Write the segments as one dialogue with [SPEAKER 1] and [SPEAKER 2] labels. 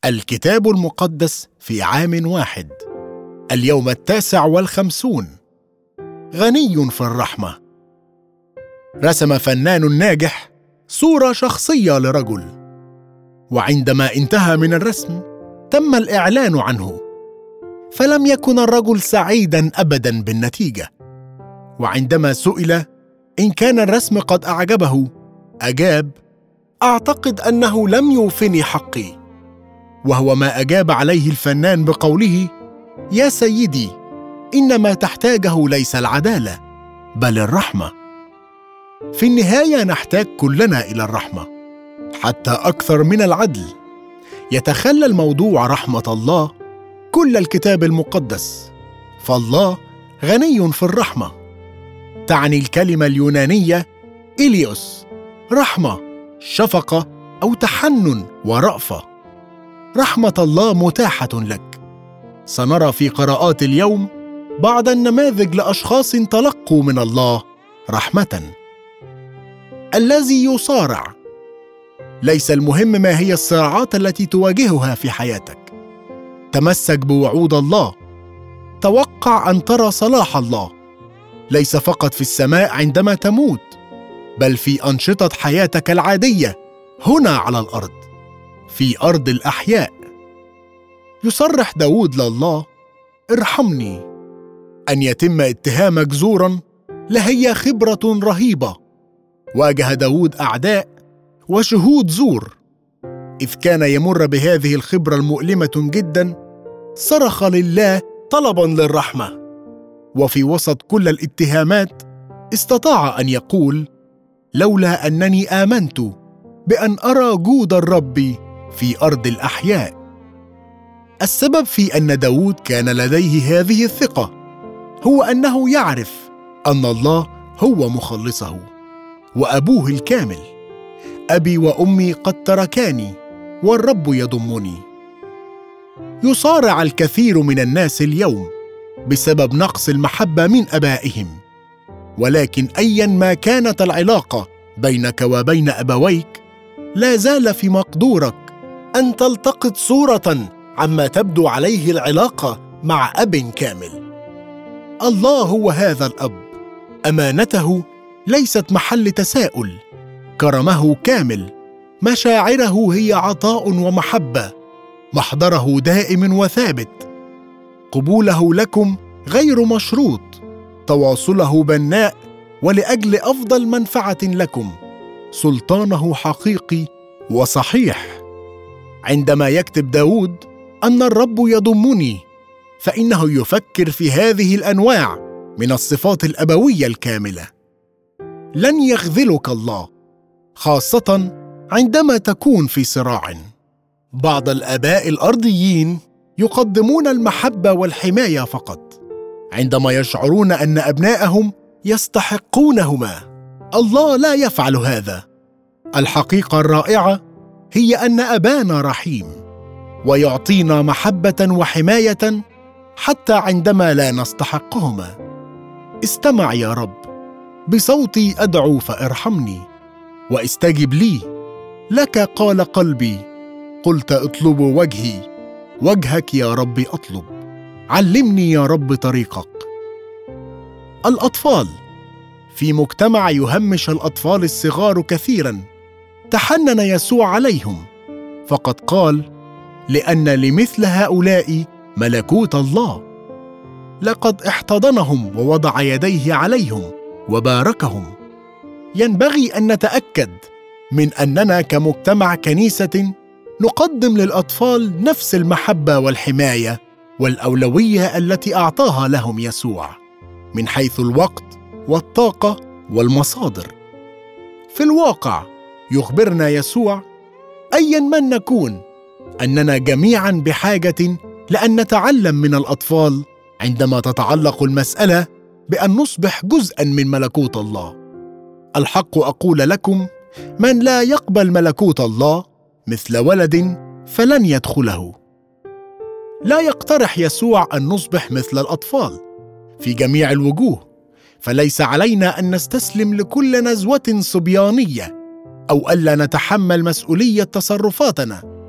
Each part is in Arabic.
[SPEAKER 1] الكتاب المقدس في عام واحد. اليوم 59. غني في الرحمة. رسم فنان ناجح صورة شخصية لرجل، وعندما انتهى من الرسم تم الإعلان عنه، فلم يكن الرجل سعيداً أبداً بالنتيجة. وعندما سئل إن كان الرسم قد أعجبه، أجاب: أعتقد أنه لم يوفني حقي. وهو ما أجاب عليه الفنان بقوله: يا سيدي، إن ما تحتاجه ليس العدالة بل الرحمة. في النهاية نحتاج كلنا إلى الرحمة، حتى أكثر من العدل. يتخلى الموضوع رحمة الله كل الكتاب المقدس، فالله غني في الرحمة. تعني الكلمة اليونانية إليوس رحمة، شفقة أو تحنن ورأفة. رحمة الله متاحة لك. سنرى في قراءات اليوم بعض النماذج لأشخاص تلقوا من الله رحمة. الذي يصارع. ليس المهم ما هي الصراعات التي تواجهها في حياتك. تمسك بوعود الله. توقع أن ترى صلاح الله، ليس فقط في السماء عندما تموت، بل في أنشطة حياتك العادية هنا على الأرض، في أرض الأحياء. يصرح داود لله: ارحمني. أن يتم اتهامك زوراً لهي خبرة رهيبة. واجه داود أعداء وشهود زور. إذ كان يمر بهذه الخبرة المؤلمة جداً، صرخ لله طلباً للرحمة. وفي وسط كل الاتهامات استطاع أن يقول: لولا أنني آمنت بأن أرى جود الرب في أرض الأحياء. السبب في أن داود كان لديه هذه الثقة هو أنه يعرف أن الله هو مخلصه وأبوه الكامل. أبي وأمي قد تركاني والرب يضمني. يصارع الكثير من الناس اليوم بسبب نقص المحبة من آبائهم، ولكن أيا ما كانت العلاقة بينك وبين أبويك، لا زال في مقدورك أن تلتقط صورة عما تبدو عليه العلاقة مع أب كامل. الله هو هذا الأب. أمانته ليست محل تساؤل. كرمه كامل. مشاعره هي عطاء ومحبة. محضره دائم وثابت. قبوله لكم غير مشروط. تواصله بناء ولأجل أفضل منفعة لكم. سلطانه حقيقي وصحيح. عندما يكتب داود أن الرب يضمني، فإنه يفكر في هذه الأنواع من الصفات الأبوية الكاملة. لن يخذلك الله، خاصة عندما تكون في صراع. بعض الآباء الأرضيين يقدمون المحبة والحماية فقط عندما يشعرون أن أبنائهم يستحقونهما. الله لا يفعل هذا. الحقيقة الرائعة هي أن أبانا رحيم، ويعطينا محبة وحماية حتى عندما لا نستحقهما. استمع يا رب، بصوتي أدعو فارحمني، واستجب لي. لك قال قلبي، قلت اطلب وجهي. وجهك يا رب أطلب. علمني يا رب طريقك. الأطفال. في مجتمع يهمش الأطفال الصغار كثيراً، تحنن يسوع عليهم، فقد قال: لأن لمثل هؤلاء ملكوت الله. لقد احتضنهم ووضع يديه عليهم وباركهم. ينبغي أن نتأكد من أننا كمجتمع كنيسة نقدم للأطفال نفس المحبة والحماية والأولوية التي أعطاها لهم يسوع، من حيث الوقت والطاقة والمصادر. في الواقع يخبرنا يسوع أيا من نكون أننا جميعا بحاجة لأن نتعلم من الأطفال عندما تتعلق المسألة بأن نصبح جزءا من ملكوت الله. الحق أقول لكم، من لا يقبل ملكوت الله مثل ولد فلن يدخله. لا يقترح يسوع أن نصبح مثل الأطفال في جميع الوجوه، فليس علينا أن نستسلم لكل نزوة صبيانية أو ألا نتحمل مسؤولية تصرفاتنا.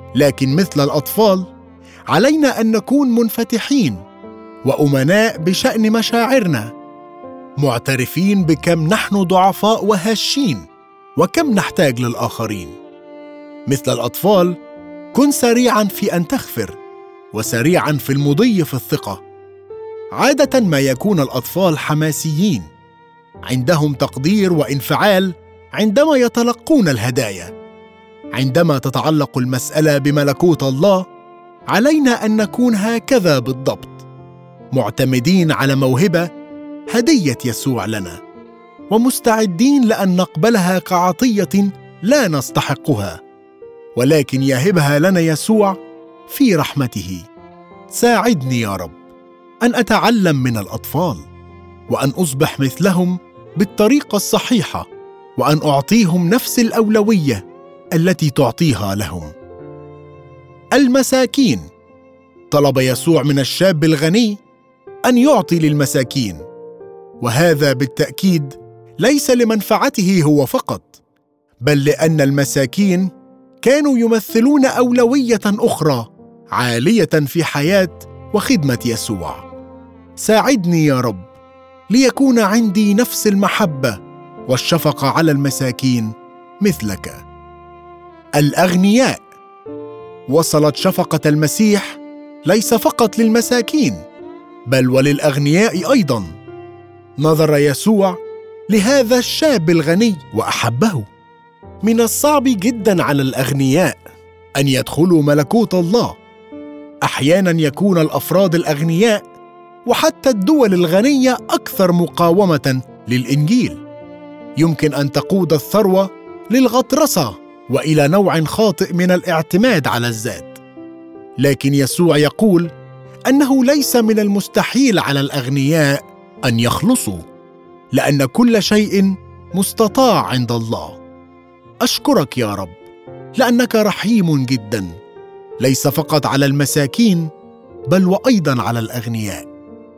[SPEAKER 1] لكن مثل الأطفال علينا أن نكون منفتحين وأمناء بشأن مشاعرنا، معترفين بكم نحن ضعفاء وهشين وكم نحتاج للآخرين. مثل الأطفال كن سريعاً في أن تغفر وسريعاً في المضي في الثقة. عادة ما يكون الأطفال حماسيين، عندهم تقدير وانفعال عندما يتلقون الهدايا. عندما تتعلق المسألة بملكوت الله، علينا أن نكون هكذا بالضبط، معتمدين على موهبة هدية يسوع لنا، ومستعدين لأن نقبلها كعطية لا نستحقها، ولكن يهبها لنا يسوع في رحمته. ساعدني يا رب أن أتعلم من الأطفال، وأن أصبح مثلهم بالطريقة الصحيحة، وأن أعطيهم نفس الأولوية التي تعطيها لهم. المساكين. طلب يسوع من الشاب الغني أن يعطي للمساكين، وهذا بالتأكيد ليس لمنفعته هو فقط، بل لأن المساكين كانوا يمثلون أولوية أخرى عالية في حياة وخدمة يسوع. ساعدني يا رب ليكون عندي نفس المحبة والشفقة على المساكين مثلك. الأغنياء. وصلت شفقة المسيح ليس فقط للمساكين بل وللأغنياء أيضاً. نظر يسوع لهذا الشاب الغني وأحبه. من الصعب جداً على الأغنياء أن يدخلوا ملكوت الله. أحياناً يكون الأفراد الأغنياء وحتى الدول الغنية أكثر مقاومة للإنجيل. يمكن أن تقود الثروة للغطرسة وإلى نوع خاطئ من الاعتماد على الذات. لكن يسوع يقول أنه ليس من المستحيل على الأغنياء أن يخلصوا، لأن كل شيء مستطاع عند الله. أشكرك يا رب لأنك رحيم جدا، ليس فقط على المساكين بل وأيضا على الأغنياء.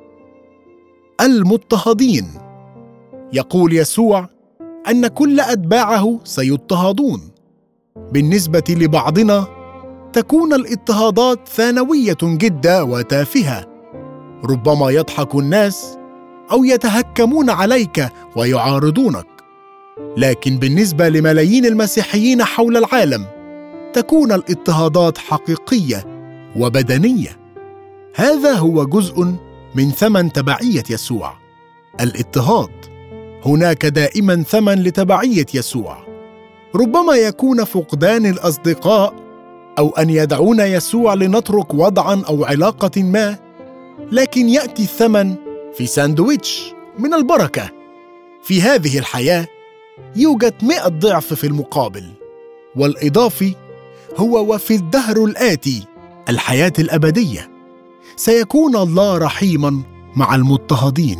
[SPEAKER 1] المضطهدين. يقول يسوع أن كل أتباعه سيضطهدون. بالنسبة لبعضنا تكون الاضطهادات ثانوية جدا وتافهة، ربما يضحك الناس أو يتهكمون عليك ويعارضونك. لكن بالنسبة لملايين المسيحيين حول العالم تكون الاضطهادات حقيقية وبدنية. هذا هو جزء من ثمن تبعية يسوع، الاضطهاد. هناك دائما ثمن لتبعية يسوع، ربما يكون فقدان الأصدقاء أو أن يدعونا يسوع لنترك وضعا أو علاقة ما، لكن يأتي الثمن في ساندويتش من البركة. في هذه الحياة يوجد 100 ضعف في المقابل، والإضافي هو وفي الدهر الآتي الحياة الأبدية سيكون الله رحيما مع المضطهدين.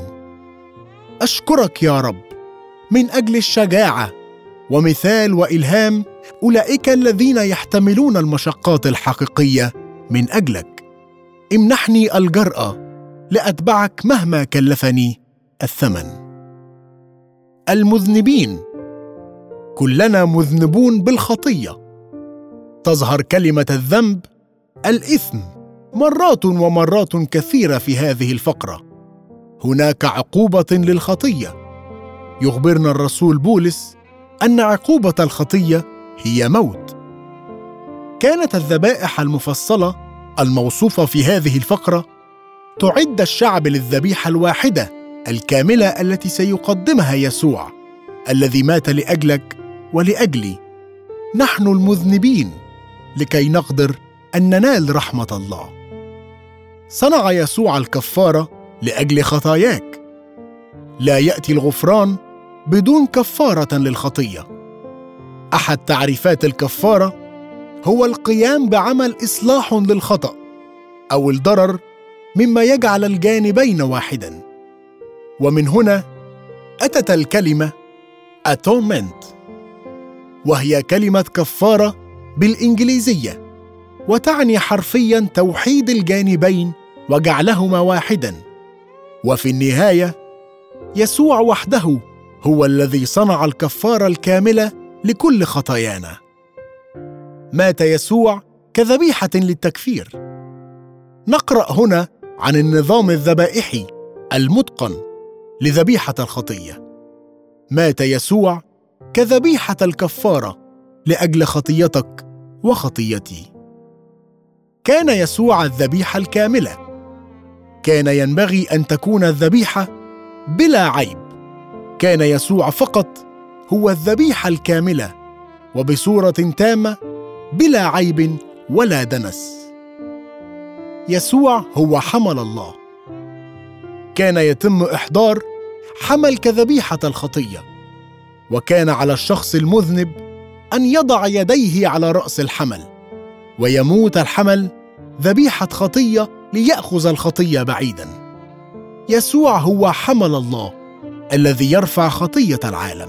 [SPEAKER 1] أشكرك يا رب من أجل الشجاعة ومثال وإلهام أولئك الذين يحتملون المشقات الحقيقية من أجلك. امنحني الجرأة لأتبعك مهما كلفني الثمن. المذنبين. كلنا مذنبون بالخطية. تظهر كلمة الذنب، الإثم، مرات ومرات كثيرة في هذه الفقرة. هناك عقوبة للخطية. يخبرنا الرسول بولس أن عقوبة الخطية هي موت. كانت الذبائح المفصلة الموصوفة في هذه الفقرة تعد الشعب للذبيحة الواحدة الكاملة التي سيقدمها يسوع، الذي مات لأجلك ولأجلي. نحن المذنبين لكي نقدر أن ننال رحمة الله. صنع يسوع الكفارة لأجل خطاياك. لا يأتي الغفران بدون كفارة للخطية. أحد تعريفات الكفارة هو القيام بعمل إصلاح للخطأ أو الضرر مما يجعل الجانبين واحدا. ومن هنا أتت الكلمة atonement، وهي كلمة كفارة بالإنجليزية، وتعني حرفياً توحيد الجانبين وجعلهما واحداً. وفي النهاية يسوع وحده هو الذي صنع الكفارة الكاملة لكل خطايانا. مات يسوع كذبيحة للتكفير. نقرأ هنا عن النظام الذبائحي المتقن لذبيحة الخطية. مات يسوع كذبيحة الكفارة لأجل خطيتك وخطيتي. كان يسوع الذبيحة الكاملة. كان ينبغي أن تكون الذبيحة بلا عيب. كان يسوع فقط هو الذبيحة الكاملة وبصورة تامة بلا عيب ولا دنس. يسوع هو حمل الله. كان يتم إحضار حمل كذبيحة الخطية، وكان على الشخص المذنب أن يضع يديه على رأس الحمل، ويموت الحمل ذبيحة خطية ليأخذ الخطية بعيداً. يسوع هو حمل الله الذي يرفع خطية العالم.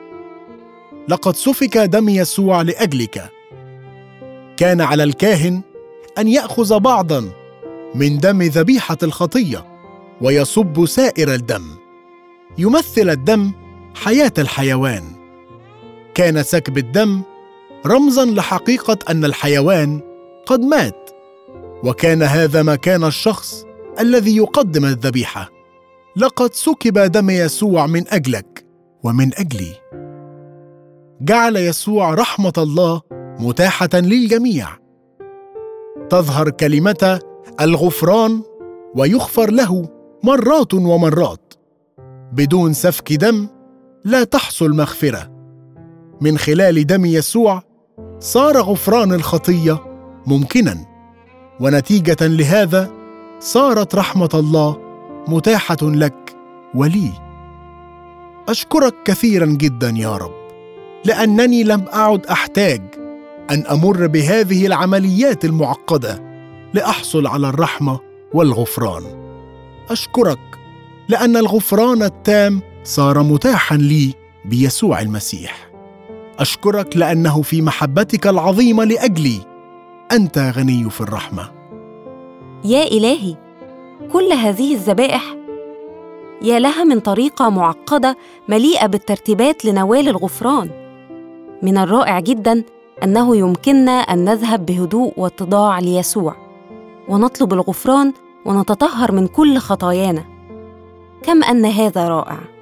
[SPEAKER 1] لقد سفك دم يسوع لأجلك. كان على الكاهن أن يأخذ بعضاً من دم ذبيحة الخطية ويصب سائر الدم. يمثل الدم حياة الحيوان. كان سكب الدم رمزاً لحقيقة أن الحيوان قد مات، وكان هذا مكان الشخص الذي يقدم الذبيحة. لقد سكب دم يسوع من أجلك ومن أجلي. جعل يسوع رحمة الله متاحة للجميع. تظهر كلمة الغفران ويغفر له مرات ومرات. بدون سفك دم لا تحصل مغفرة. من خلال دم يسوع صار غفران الخطية ممكناً، ونتيجة لهذا صارت رحمة الله متاحة لك ولي. أشكرك كثيراً جداً يا رب، لأنني لم أعد أحتاج أن أمر بهذه العمليات المعقدة لأحصل على الرحمة والغفران. أشكرك لأن الغفران التام صار متاحاً لي بيسوع المسيح. أشكرك لأنه في محبتك العظيمة لأجلي أنت غني في الرحمة.
[SPEAKER 2] يا إلهي، كل هذه الذبائح يا لها من طريقة معقدة مليئة بالترتيبات لنوال الغفران. من الرائع جداً أنه يمكننا أن نذهب بهدوء واتضاع ليسوع ونطلب الغفران ونتطهر من كل خطايانا. كم أن هذا رائع!